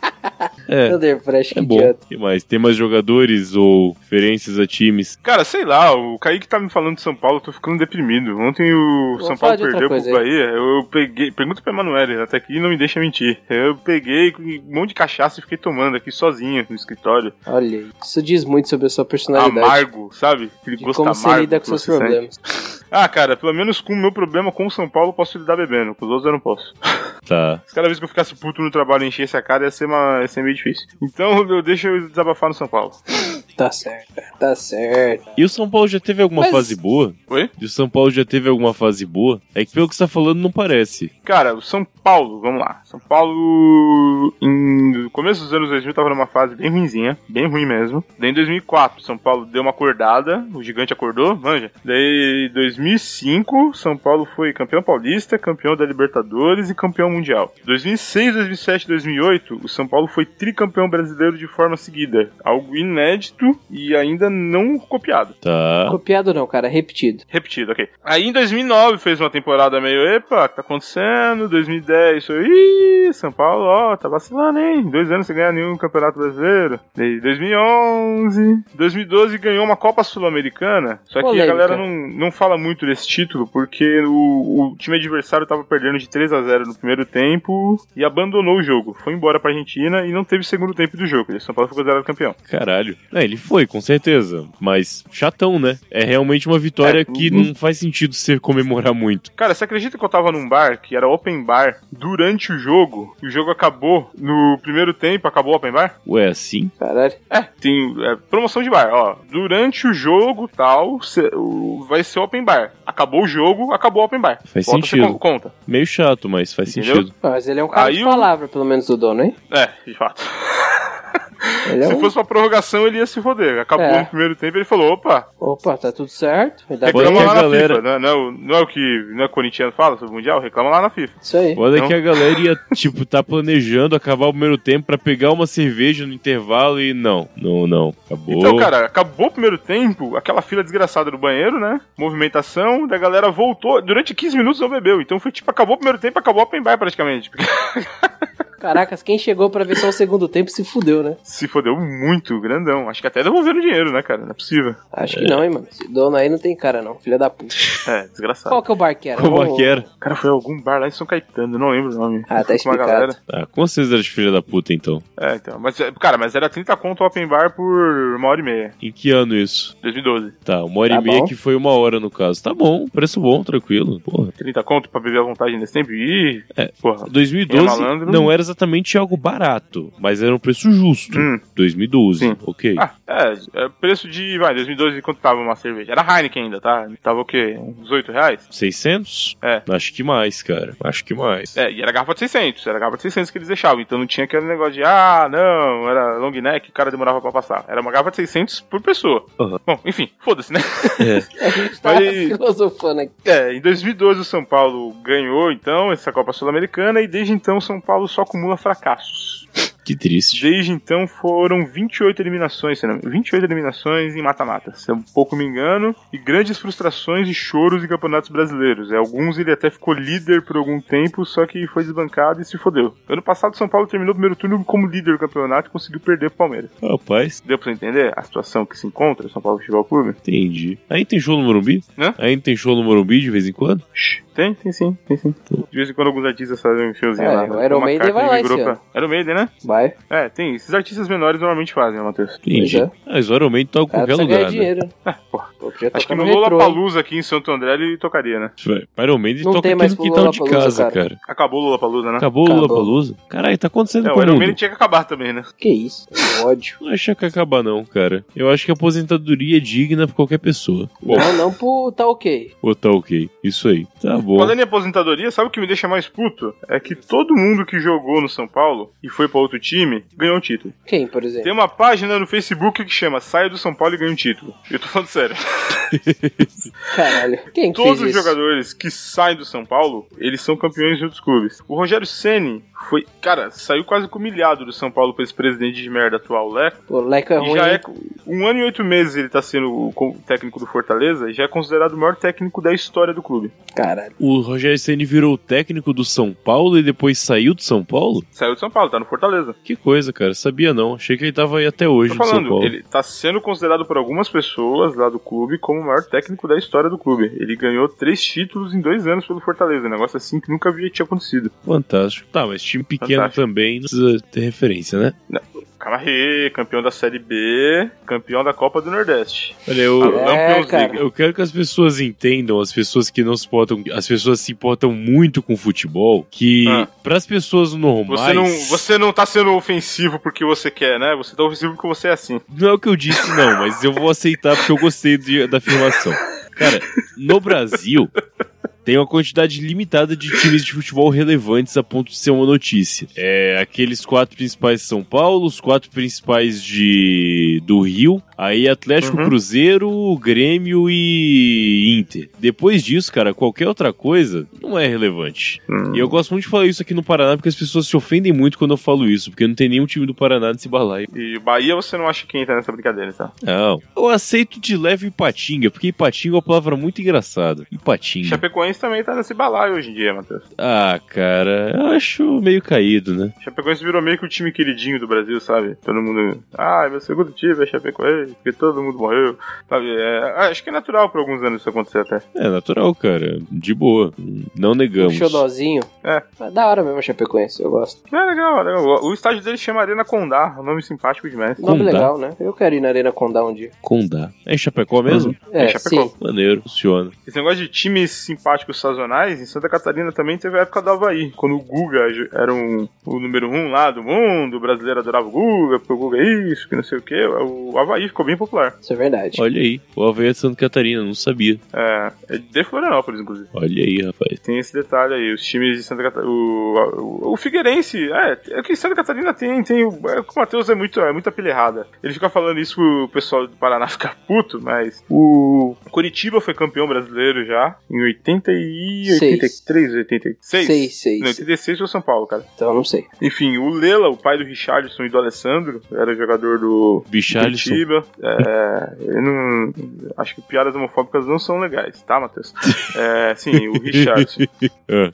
[SPEAKER 1] É,
[SPEAKER 3] Thunder Fresh, que
[SPEAKER 1] é bom.
[SPEAKER 3] idiota.
[SPEAKER 1] O que mais? Tem mais jogadores ou referências a times?
[SPEAKER 2] Cara, sei lá, o Kaique tá me falando de São Paulo, eu tô ficando deprimido. Ontem o
[SPEAKER 3] Vamos
[SPEAKER 2] São
[SPEAKER 3] falar
[SPEAKER 2] Paulo
[SPEAKER 3] de outra
[SPEAKER 2] perdeu pro
[SPEAKER 3] coisa aí.
[SPEAKER 2] Bahia, eu, eu peguei, pergunta pra Emanuele, até aqui não me deixa mentir. Eu peguei um monte de cachaça e fiquei tomando aqui sozinho no escritório.
[SPEAKER 3] Olha aí. Isso diz muito sobre a sua personalidade.
[SPEAKER 2] Amargo, sabe? Aquele
[SPEAKER 3] De
[SPEAKER 2] gosto
[SPEAKER 3] como
[SPEAKER 2] amargo.
[SPEAKER 3] você lida com
[SPEAKER 2] que
[SPEAKER 3] seus
[SPEAKER 2] você sente.
[SPEAKER 3] problemas.
[SPEAKER 2] Ah, cara, pelo menos com o meu problema com o São Paulo eu posso lidar bebendo, com os outros eu não posso.
[SPEAKER 1] Tá.
[SPEAKER 2] Se cada vez que eu ficasse puto no trabalho e enchesse a cara ia ser, uma, ia ser meio difícil. Então eu deixo eu desabafar no São Paulo.
[SPEAKER 3] Tá certo, cara. Tá certo.
[SPEAKER 1] E o São Paulo já teve alguma
[SPEAKER 3] Mas-
[SPEAKER 1] fase boa?
[SPEAKER 2] Oi?
[SPEAKER 1] E o São Paulo já teve alguma fase boa? É que pelo que você tá falando não parece.
[SPEAKER 2] Cara, o São Paulo, vamos lá. São Paulo, em- no começo dos anos dois mil, tava numa fase bem ruinzinha, bem ruim mesmo. Daí em dois mil e quatro, São Paulo deu uma acordada, o gigante acordou, manja. Daí em dois mil e cinco, São Paulo foi campeão paulista, campeão da Libertadores e campeão mundial. dois mil e seis, dois mil e sete, dois mil e oito, o São Paulo foi tricampeão brasileiro de forma seguida. Algo inédito e ainda não copiado.
[SPEAKER 1] Tá.
[SPEAKER 3] Copiado não, cara. Repetido.
[SPEAKER 2] Repetido, ok. Aí em dois mil e nove fez uma temporada meio, epa, o que tá acontecendo? dois mil e dez foi, ih, São Paulo, ó, tá vacilando, hein? Dois anos sem ganhar nenhum campeonato brasileiro. Daí dois mil e onze, dois mil e doze ganhou uma Copa Sul-Americana, só que
[SPEAKER 3] Polêmica.
[SPEAKER 2] a galera não, não fala muito desse título, porque o, o time adversário tava perdendo de três a zero no primeiro tempo e abandonou o jogo. Foi embora pra Argentina e não teve segundo tempo do jogo. E o São Paulo ficou considerado campeão.
[SPEAKER 1] Caralho. É, ele foi, com certeza. Mas chatão, né? É realmente uma vitória
[SPEAKER 2] É,
[SPEAKER 1] que
[SPEAKER 2] uhum.
[SPEAKER 1] não faz sentido você comemorar muito.
[SPEAKER 2] Cara, você acredita que eu tava num bar, que era open bar, durante o jogo, e o jogo acabou no primeiro tempo, acabou o open bar?
[SPEAKER 1] Ué, assim?
[SPEAKER 3] Caralho.
[SPEAKER 2] É, tem é, promoção de bar, ó. Durante o jogo, tal, cê- o- vai ser open bar. Acabou o jogo, acabou o open bar.
[SPEAKER 1] Faz
[SPEAKER 2] Volta,
[SPEAKER 1] sentido.
[SPEAKER 2] Você con- conta.
[SPEAKER 1] Meio chato, mas faz
[SPEAKER 2] Entendeu?
[SPEAKER 1] sentido.
[SPEAKER 3] Ah, mas ele é um cara
[SPEAKER 2] Aí
[SPEAKER 3] de
[SPEAKER 2] o-
[SPEAKER 3] palavra, pelo menos, do dono, hein?
[SPEAKER 2] É, de fato.
[SPEAKER 3] Ele é
[SPEAKER 2] Se
[SPEAKER 3] um...
[SPEAKER 2] fosse uma prorrogação, ele ia se foder. Acabou
[SPEAKER 3] É.
[SPEAKER 2] no primeiro tempo, ele falou, opa,
[SPEAKER 3] Opa, tá tudo certo. Me dá
[SPEAKER 1] Foda
[SPEAKER 2] reclama
[SPEAKER 1] que
[SPEAKER 2] lá
[SPEAKER 1] a
[SPEAKER 2] na
[SPEAKER 1] galera-
[SPEAKER 2] FIFA. Não, é- não, é o- não é o que não é o corintiano fala sobre o Mundial? Reclama lá na FIFA.
[SPEAKER 3] Isso aí.
[SPEAKER 1] Olha
[SPEAKER 2] Então-
[SPEAKER 1] que a galera ia, tipo, tá planejando acabar o primeiro tempo pra pegar uma cerveja no intervalo e não, não, não. Acabou.
[SPEAKER 2] Então, cara, acabou o primeiro tempo, aquela fila desgraçada do banheiro, né? Movimentação, da galera voltou. Durante quinze minutos não bebeu. Então foi tipo, acabou o primeiro tempo, acabou o open bar praticamente.
[SPEAKER 3] Caracas, quem chegou pra ver só o segundo tempo se fudeu, né?
[SPEAKER 2] Se fodeu muito, grandão. Acho que até devolveram dinheiro, né, cara? Não é possível.
[SPEAKER 3] Acho que não, hein, mano. Esse dono aí não tem cara, não. Filha da puta.
[SPEAKER 2] É, desgraçado.
[SPEAKER 3] Qual que é o bar que era?
[SPEAKER 1] Como
[SPEAKER 3] Vamos-
[SPEAKER 1] é que era?
[SPEAKER 2] Cara, foi algum bar lá em São Caetano, eu não lembro o nome.
[SPEAKER 3] Ah, tá
[SPEAKER 2] Fui com uma
[SPEAKER 3] explicado.
[SPEAKER 2] galera.
[SPEAKER 1] Ah, com certeza era de filha da puta, então.
[SPEAKER 2] É, então. Mas, é, cara, mas era trinta conto open bar por uma hora e meia.
[SPEAKER 1] Em que ano isso?
[SPEAKER 2] dois mil e doze.
[SPEAKER 1] Tá, uma hora
[SPEAKER 3] Tá
[SPEAKER 1] e meia
[SPEAKER 3] bom.
[SPEAKER 1] que foi uma hora no caso. Tá bom, preço bom, tranquilo. Porra.
[SPEAKER 2] trinta conto pra beber à vontade nesse tempo? Ih,
[SPEAKER 1] É.
[SPEAKER 2] porra.
[SPEAKER 1] dois mil e doze
[SPEAKER 2] Quem é malandro?
[SPEAKER 1] não era exatamente algo barato, mas era um preço justo.
[SPEAKER 2] Hum.
[SPEAKER 1] dois mil e doze,
[SPEAKER 2] Sim.
[SPEAKER 1] ok.
[SPEAKER 2] Ah, é, é preço de, vai, dois mil e doze quanto tava uma cerveja? Era Heineken ainda, tá? Tava o quê? Uns oito reais?
[SPEAKER 1] seiscentos?
[SPEAKER 2] É.
[SPEAKER 1] Acho que mais, cara. Acho que mais.
[SPEAKER 2] É, e era garrafa de seiscentos, era garrafa de seiscentos que eles deixavam, então não tinha aquele negócio de, ah, não, era long neck, o cara demorava pra passar. Era uma garrafa de seiscentos por pessoa.
[SPEAKER 1] Uhum.
[SPEAKER 2] Bom, enfim, foda-se, né?
[SPEAKER 1] É.
[SPEAKER 3] A gente tá
[SPEAKER 2] Mas-
[SPEAKER 3] filosofando aqui.
[SPEAKER 2] É, em dois mil e doze o São Paulo ganhou, então, essa Copa Sul-Americana, e desde então o São Paulo só acumula fracassos.
[SPEAKER 1] Que triste.
[SPEAKER 2] Desde então foram vinte e oito eliminações, não, vinte e oito eliminações em mata-mata, se eu pouco me engano, e grandes frustrações e choros em campeonatos brasileiros. Alguns ele até ficou líder por algum tempo, só que foi desbancado e se fodeu. Ano passado, São Paulo terminou o primeiro turno como líder do campeonato e conseguiu perder pro Palmeiras.
[SPEAKER 1] Rapaz.
[SPEAKER 2] Deu pra entender a situação que se encontra o São Paulo Futebol Clube?
[SPEAKER 1] Entendi. Ainda tem show no Morumbi?
[SPEAKER 2] Hã?
[SPEAKER 1] Ainda tem show no Morumbi de vez em quando?
[SPEAKER 2] Tem, tem sim, tem sim. De vez em quando alguns artistas fazem um showzinho
[SPEAKER 3] É,
[SPEAKER 2] lá.
[SPEAKER 3] o Iron Maiden vai lá esse
[SPEAKER 2] pra...
[SPEAKER 3] ano.
[SPEAKER 2] Iron Maiden, né?
[SPEAKER 3] Vai.
[SPEAKER 2] É, tem. Esses artistas menores normalmente fazem, né, Matheus?
[SPEAKER 1] Entendi.
[SPEAKER 3] Pois é.
[SPEAKER 1] Mas o Iron Maiden toca em
[SPEAKER 3] Cara,
[SPEAKER 1] qualquer
[SPEAKER 3] precisa
[SPEAKER 1] lugar,
[SPEAKER 3] ganhar
[SPEAKER 1] né?
[SPEAKER 3] dinheiro.
[SPEAKER 2] É, porra.
[SPEAKER 3] Pô, podia
[SPEAKER 2] Acho que
[SPEAKER 3] tocar
[SPEAKER 2] no
[SPEAKER 3] retrô, hein?
[SPEAKER 2] Lollapalooza aqui em Santo André ele tocaria, né?
[SPEAKER 1] O Iron Maiden
[SPEAKER 3] Não
[SPEAKER 1] toca
[SPEAKER 3] tem
[SPEAKER 1] aqui
[SPEAKER 3] mais
[SPEAKER 1] no
[SPEAKER 3] pro
[SPEAKER 1] quintal de
[SPEAKER 3] Lollapalooza,
[SPEAKER 1] casa,
[SPEAKER 3] cara.
[SPEAKER 1] cara.
[SPEAKER 2] Acabou o Lollapalooza, né?
[SPEAKER 1] Acabou o
[SPEAKER 3] Acabou.
[SPEAKER 1] Lollapalooza? Caralho, tá acontecendo
[SPEAKER 2] É,
[SPEAKER 1] com
[SPEAKER 2] o
[SPEAKER 1] o
[SPEAKER 2] Iron
[SPEAKER 1] mundo.
[SPEAKER 2] Maiden tinha que acabar também, né?
[SPEAKER 3] Que isso? Que ódio.
[SPEAKER 1] Não acho que acabar não, cara. Eu acho que a aposentadoria é digna pra qualquer pessoa.
[SPEAKER 3] Não, não pro tá ok.
[SPEAKER 1] Ou tá ok. Isso aí. Tá bom.
[SPEAKER 2] Falando em aposentadoria, sabe o que me deixa mais puto? É que todo mundo que jogou no São Paulo e foi pra outro time ganhou um título.
[SPEAKER 3] Quem, por exemplo?
[SPEAKER 2] Tem uma página no Facebook que chama Saia do São Paulo e ganha um título. Eu tô falando sério.
[SPEAKER 3] Caralho. Quem que
[SPEAKER 2] Todos
[SPEAKER 3] fez
[SPEAKER 2] os
[SPEAKER 3] isso?
[SPEAKER 2] jogadores que saem do São Paulo, eles são campeões de outros clubes. O Rogério Ceni foi, cara, saiu quase humilhado do São Paulo pra esse presidente de merda atual, Leco.
[SPEAKER 3] Pô, o Leco é
[SPEAKER 2] E
[SPEAKER 3] ruim.
[SPEAKER 2] já
[SPEAKER 3] hein?
[SPEAKER 2] é, um ano e oito meses ele tá sendo o co- técnico do Fortaleza, e já é considerado o maior técnico da história do clube.
[SPEAKER 3] Caralho.
[SPEAKER 1] O Rogério Ceni virou o técnico do São Paulo e depois saiu do São Paulo?
[SPEAKER 2] Saiu do São Paulo, tá no Fortaleza.
[SPEAKER 1] Que coisa, cara. Sabia não. Achei que ele tava aí até hoje
[SPEAKER 2] Tô
[SPEAKER 1] no São
[SPEAKER 2] falando,
[SPEAKER 1] Paulo.
[SPEAKER 2] ele tá sendo considerado por algumas pessoas lá do clube como o maior técnico da história do clube. Ele ganhou três títulos em dois anos pelo Fortaleza, um negócio assim que nunca havia tinha acontecido.
[SPEAKER 1] Fantástico. Tá, mas time pequeno
[SPEAKER 2] Fantástico.
[SPEAKER 1] também não precisa ter referência, né?
[SPEAKER 2] Calma aí, campeão da Série B, campeão da Copa do Nordeste.
[SPEAKER 1] Olha, eu,
[SPEAKER 2] A Lampions
[SPEAKER 3] cara.
[SPEAKER 2] League.
[SPEAKER 1] eu quero que as pessoas entendam, as pessoas que não se importam, as pessoas se importam muito com futebol, que
[SPEAKER 2] Ah.
[SPEAKER 1] pras pessoas normais...
[SPEAKER 2] Você não, você não tá sendo ofensivo porque você quer, né? Você tá ofensivo porque você é assim.
[SPEAKER 1] Não é o que eu disse, não, mas eu vou aceitar porque eu gostei de- da afirmação. Cara, no Brasil, tem uma quantidade limitada de times de futebol relevantes a ponto de ser uma notícia. É aqueles quatro principais de São Paulo, os quatro principais de do Rio, aí Atlético,
[SPEAKER 2] Uhum.
[SPEAKER 1] Cruzeiro, Grêmio e Inter. Depois disso, cara, qualquer outra coisa não é relevante.
[SPEAKER 2] Hum.
[SPEAKER 1] E eu gosto muito de falar isso aqui no Paraná porque as pessoas se ofendem muito quando eu falo isso, porque não tem nenhum time do Paraná nesse balaio.
[SPEAKER 2] E Bahia você não acha que entra nessa brincadeira, tá?
[SPEAKER 1] Não. Eu aceito de leve Ipatinga, porque Ipatinga é uma palavra muito engraçada. Ipatinga.
[SPEAKER 2] Chapecoense também tá nesse balaio hoje em dia, Matheus.
[SPEAKER 1] Ah, cara, eu acho meio caído, né?
[SPEAKER 2] Chapecoense virou meio que o time queridinho do Brasil, sabe? Todo mundo... Ah, meu segundo time é Chapecoense, porque todo mundo morreu. Sabe? É... ah, acho que é natural por alguns anos isso acontecer até.
[SPEAKER 1] É natural, cara. De boa. Não
[SPEAKER 3] Um
[SPEAKER 1] negamos.
[SPEAKER 3] xodózinho.
[SPEAKER 2] É.
[SPEAKER 3] Mas da hora mesmo a Chapecoense, eu gosto.
[SPEAKER 2] É legal, é legal. O estádio dele chama Arena Condá, um nome simpático demais.
[SPEAKER 3] Nome
[SPEAKER 1] Condá.
[SPEAKER 3] legal, né? Eu quero ir na Arena Condá um dia.
[SPEAKER 1] Condá. É em Chapecó mesmo?
[SPEAKER 3] É,
[SPEAKER 2] É, Chapecó.
[SPEAKER 3] sim.
[SPEAKER 1] Maneiro, funciona.
[SPEAKER 2] Esse negócio de times simpáticos sazonais, em Santa Catarina também teve a época do Havaí, quando o Guga era um, o número um lá do mundo, o brasileiro adorava o Guga, porque o Guga é isso, que não sei o que. O Havaí ficou bem popular.
[SPEAKER 3] Isso é verdade.
[SPEAKER 1] Olha aí, o Havaí é de Santa Catarina, não sabia.
[SPEAKER 2] É, é de Florianópolis, inclusive.
[SPEAKER 1] Olha aí, rapaz.
[SPEAKER 2] Tem esse detalhe aí, os times de Santa Catarina. O, o, o Figueirense, é, é que Santa Catarina tem, tem o, é, o Matheus é muito, é muito apelhada. Ele fica falando isso pro pessoal do Paraná ficar puto, mas o Coritiba foi campeão brasileiro já em oitenta e oitenta e três, oitenta e seis.
[SPEAKER 3] Sei, sei.
[SPEAKER 2] Não, oitenta e seis foi o São Paulo, cara.
[SPEAKER 3] Então eu não sei.
[SPEAKER 2] Enfim, o Lela, o pai do Richarlison e do Alessandro, era jogador do
[SPEAKER 1] Bicharlison.
[SPEAKER 2] Curitiba. É, eu não, acho que piadas homofóbicas não são legais, tá, Matheus? É, sim, o Richarlison.
[SPEAKER 1] Ah.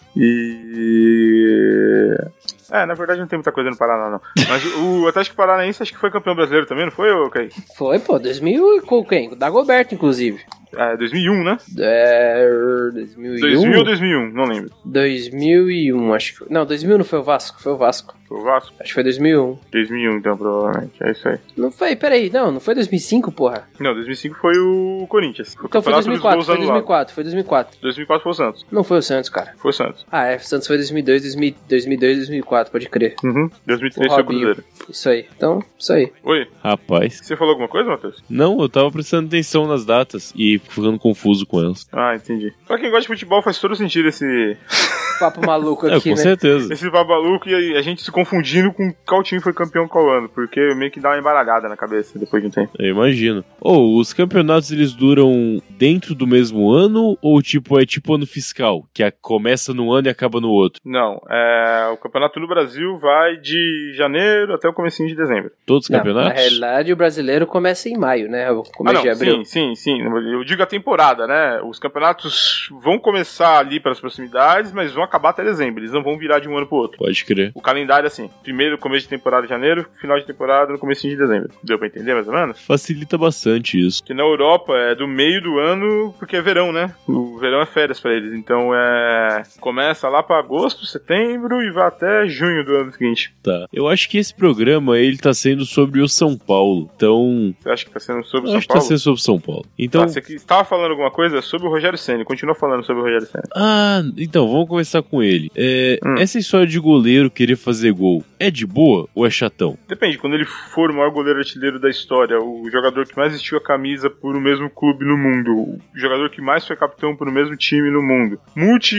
[SPEAKER 2] E... É, na verdade não tem muita coisa no Paraná, não. Mas o Atlético Paranaense acho que foi campeão brasileiro também, não foi, ok?
[SPEAKER 3] Foi, pô, dois mil e com quem? Com o Dagoberto, inclusive.
[SPEAKER 2] É, dois mil e um, né?
[SPEAKER 3] É... dois mil e um?
[SPEAKER 2] dois mil ou dois mil e um, não lembro.
[SPEAKER 3] dois mil e um, acho que foi. Não, dois mil não foi o Vasco, foi o Vasco.
[SPEAKER 2] Foi o Vasco?
[SPEAKER 3] Acho que foi dois mil e um.
[SPEAKER 2] dois mil e um, então, provavelmente. É isso aí.
[SPEAKER 3] Não foi, peraí, não, não foi dois mil e cinco, porra.
[SPEAKER 2] Não, dois mil e cinco foi o Corinthians. Foi o
[SPEAKER 3] Então foi
[SPEAKER 2] campeonato
[SPEAKER 3] dois mil e
[SPEAKER 2] dos
[SPEAKER 3] quatro,
[SPEAKER 2] gols
[SPEAKER 3] foi dois mil e
[SPEAKER 2] anulados.
[SPEAKER 3] quatro, foi dois mil e quatro.
[SPEAKER 2] dois mil e quatro foi o Santos.
[SPEAKER 3] Não foi o Santos, cara.
[SPEAKER 2] Foi o Santos.
[SPEAKER 3] Ah, é, o Santos foi dois mil e dois, dois mil, dois mil e dois, dois mil e quatro, pode crer.
[SPEAKER 2] Uhum. dois mil e três
[SPEAKER 3] O
[SPEAKER 2] foi o
[SPEAKER 3] Robinho.
[SPEAKER 2] Cruzeiro.
[SPEAKER 3] Isso aí, então, isso aí.
[SPEAKER 2] Oi,
[SPEAKER 1] Rapaz.
[SPEAKER 2] você falou alguma coisa, Matheus?
[SPEAKER 1] Não, eu tava prestando atenção nas datas e ficando confuso com elas.
[SPEAKER 2] Ah, entendi. Pra quem gosta de futebol faz todo sentido esse...
[SPEAKER 3] papo maluco
[SPEAKER 1] É,
[SPEAKER 3] aqui,
[SPEAKER 1] com
[SPEAKER 3] né?
[SPEAKER 1] certeza.
[SPEAKER 2] Esse papo maluco e a gente se confundindo com qual time foi campeão qual ano, porque meio que dá uma embaralhada na cabeça depois de um tempo.
[SPEAKER 1] Eu imagino. Ou os campeonatos eles duram dentro do mesmo ano ou tipo é tipo ano fiscal, que a- começa num ano e acaba no outro?
[SPEAKER 2] Não, é, o campeonato no Brasil vai de janeiro até o comecinho de dezembro.
[SPEAKER 1] Todos os
[SPEAKER 3] Não,
[SPEAKER 1] campeonatos?
[SPEAKER 3] na realidade, o brasileiro começa em maio, né? O
[SPEAKER 2] Ah,
[SPEAKER 3] começo
[SPEAKER 2] não,
[SPEAKER 3] de abril.
[SPEAKER 2] sim, sim, sim. Eu digo a temporada, né? Os campeonatos vão começar ali pelas proximidades, mas vão acabar até dezembro. Eles não vão virar de um ano pro outro.
[SPEAKER 1] Pode crer.
[SPEAKER 2] O calendário é assim: primeiro começo de temporada em janeiro, final de temporada no comecinho de dezembro. Deu pra entender mais ou menos?
[SPEAKER 1] Facilita bastante isso.
[SPEAKER 2] Que na Europa é do meio do ano, porque é verão, né? O verão é férias pra eles. Então é. Começa lá pra agosto, setembro e vai até junho do ano seguinte.
[SPEAKER 1] Tá. Eu acho que esse programa ele tá sendo sobre o São Paulo. Então,
[SPEAKER 2] Você acha que tá sendo sobre o
[SPEAKER 1] eu
[SPEAKER 2] São
[SPEAKER 1] acho que tá
[SPEAKER 2] Paulo?
[SPEAKER 1] sendo sobre São Paulo. Então,
[SPEAKER 2] Tá, você que estava falando alguma coisa sobre o Rogério Ceni. Continua falando sobre o Rogério Ceni.
[SPEAKER 1] ah, então vamos começar com ele. É,
[SPEAKER 2] Hum.
[SPEAKER 1] Essa história de goleiro querer fazer gol é de boa ou é chatão?
[SPEAKER 2] Depende, quando ele for o maior goleiro artilheiro da história, o jogador que mais vestiu a camisa por o mesmo clube no mundo, o jogador que mais foi capitão por o mesmo time no mundo, multi,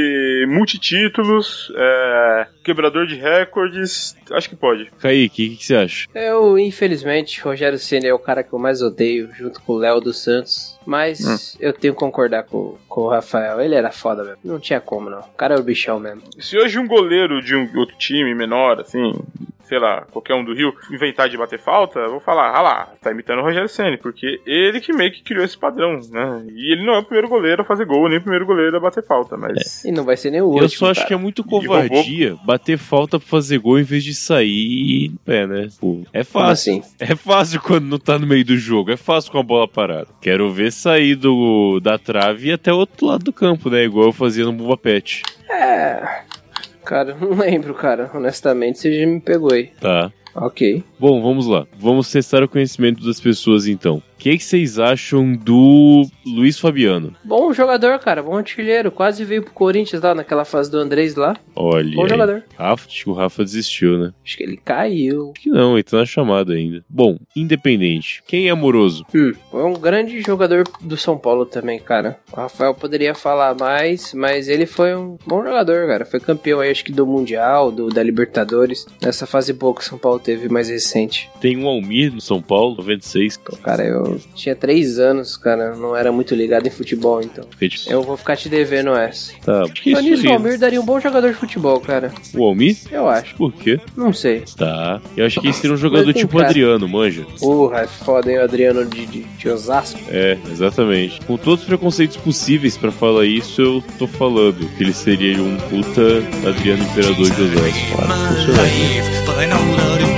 [SPEAKER 2] multitítulos, é, quebrador de recordes, acho que pode.
[SPEAKER 1] Kaique, o que, que você acha?
[SPEAKER 3] Eu, infelizmente, Rogério Ceni é o cara que eu mais odeio, junto com o Léo dos Santos. Mas
[SPEAKER 2] Hum.
[SPEAKER 3] eu tenho que concordar com, com o Rafael. Ele era foda mesmo. Não tinha como, não. O cara era o bichão mesmo.
[SPEAKER 2] Se hoje um goleiro de um outro time menor, assim, sei lá, qualquer um do Rio, inventar de bater falta, eu vou falar, ah lá, tá imitando o Rogério Ceni, porque ele que meio que criou esse padrão, né? E ele não é o primeiro goleiro a fazer gol, nem o primeiro goleiro a bater falta, mas...
[SPEAKER 3] E não vai ser nem o último,
[SPEAKER 1] Eu só acho
[SPEAKER 3] cara.
[SPEAKER 1] que é muito covardia bater falta pra fazer gol em vez de sair em pé, né? Pô, é
[SPEAKER 3] Como
[SPEAKER 1] fácil.
[SPEAKER 3] assim?
[SPEAKER 1] É fácil quando não tá no meio do jogo. É fácil com a bola parada. Quero ver sair do, da trave e até o outro lado do campo, né? Igual eu fazia no Bumba Pet.
[SPEAKER 3] É... Cara, não lembro, cara. Honestamente, você já me pegou aí.
[SPEAKER 1] Tá.
[SPEAKER 3] Ok.
[SPEAKER 1] Bom, vamos lá. Vamos testar o conhecimento das pessoas então. O que, que vocês acham do Luiz Fabiano?
[SPEAKER 3] Bom jogador, cara. Bom artilheiro. Quase veio pro Corinthians lá naquela fase do Andrés lá.
[SPEAKER 1] Olha.
[SPEAKER 3] Bom
[SPEAKER 1] aí.
[SPEAKER 3] jogador.
[SPEAKER 1] Rafa, acho que o Rafa desistiu, né?
[SPEAKER 3] Acho que ele caiu.
[SPEAKER 1] Acho que não, ele tá na chamada ainda. Bom, independente. Quem é amoroso?
[SPEAKER 3] Hum, é um grande jogador do São Paulo também, cara. O Rafael poderia falar mais, mas ele foi um bom jogador, cara. Foi campeão aí, acho que do Mundial, do, da Libertadores. Nessa fase boa que o São Paulo teve mais recente.
[SPEAKER 1] Tem um Almir no São Paulo, noventa e seis.
[SPEAKER 3] Pô, cara, eu tinha três anos, cara. Não era muito ligado em futebol, então. Eu vou ficar te devendo essa.
[SPEAKER 1] Tá, porque
[SPEAKER 3] Mas nisso,
[SPEAKER 1] isso
[SPEAKER 3] o
[SPEAKER 1] aí-
[SPEAKER 3] Almir daria um bom jogador de futebol, cara.
[SPEAKER 1] O Almir?
[SPEAKER 3] Eu acho.
[SPEAKER 1] Por quê?
[SPEAKER 3] Não sei.
[SPEAKER 1] Tá. Eu acho que esse seria um jogador
[SPEAKER 3] Mas tem
[SPEAKER 1] tipo
[SPEAKER 3] cara.
[SPEAKER 1] Adriano, manja?
[SPEAKER 3] Porra, é foda, hein, o Adriano de, de, de Osasco.
[SPEAKER 1] É, exatamente. Com todos os preconceitos possíveis pra falar isso, eu tô falando que ele seria um puta Adriano Imperador de Osasco. Claro, funcionaria.
[SPEAKER 5] But I know that if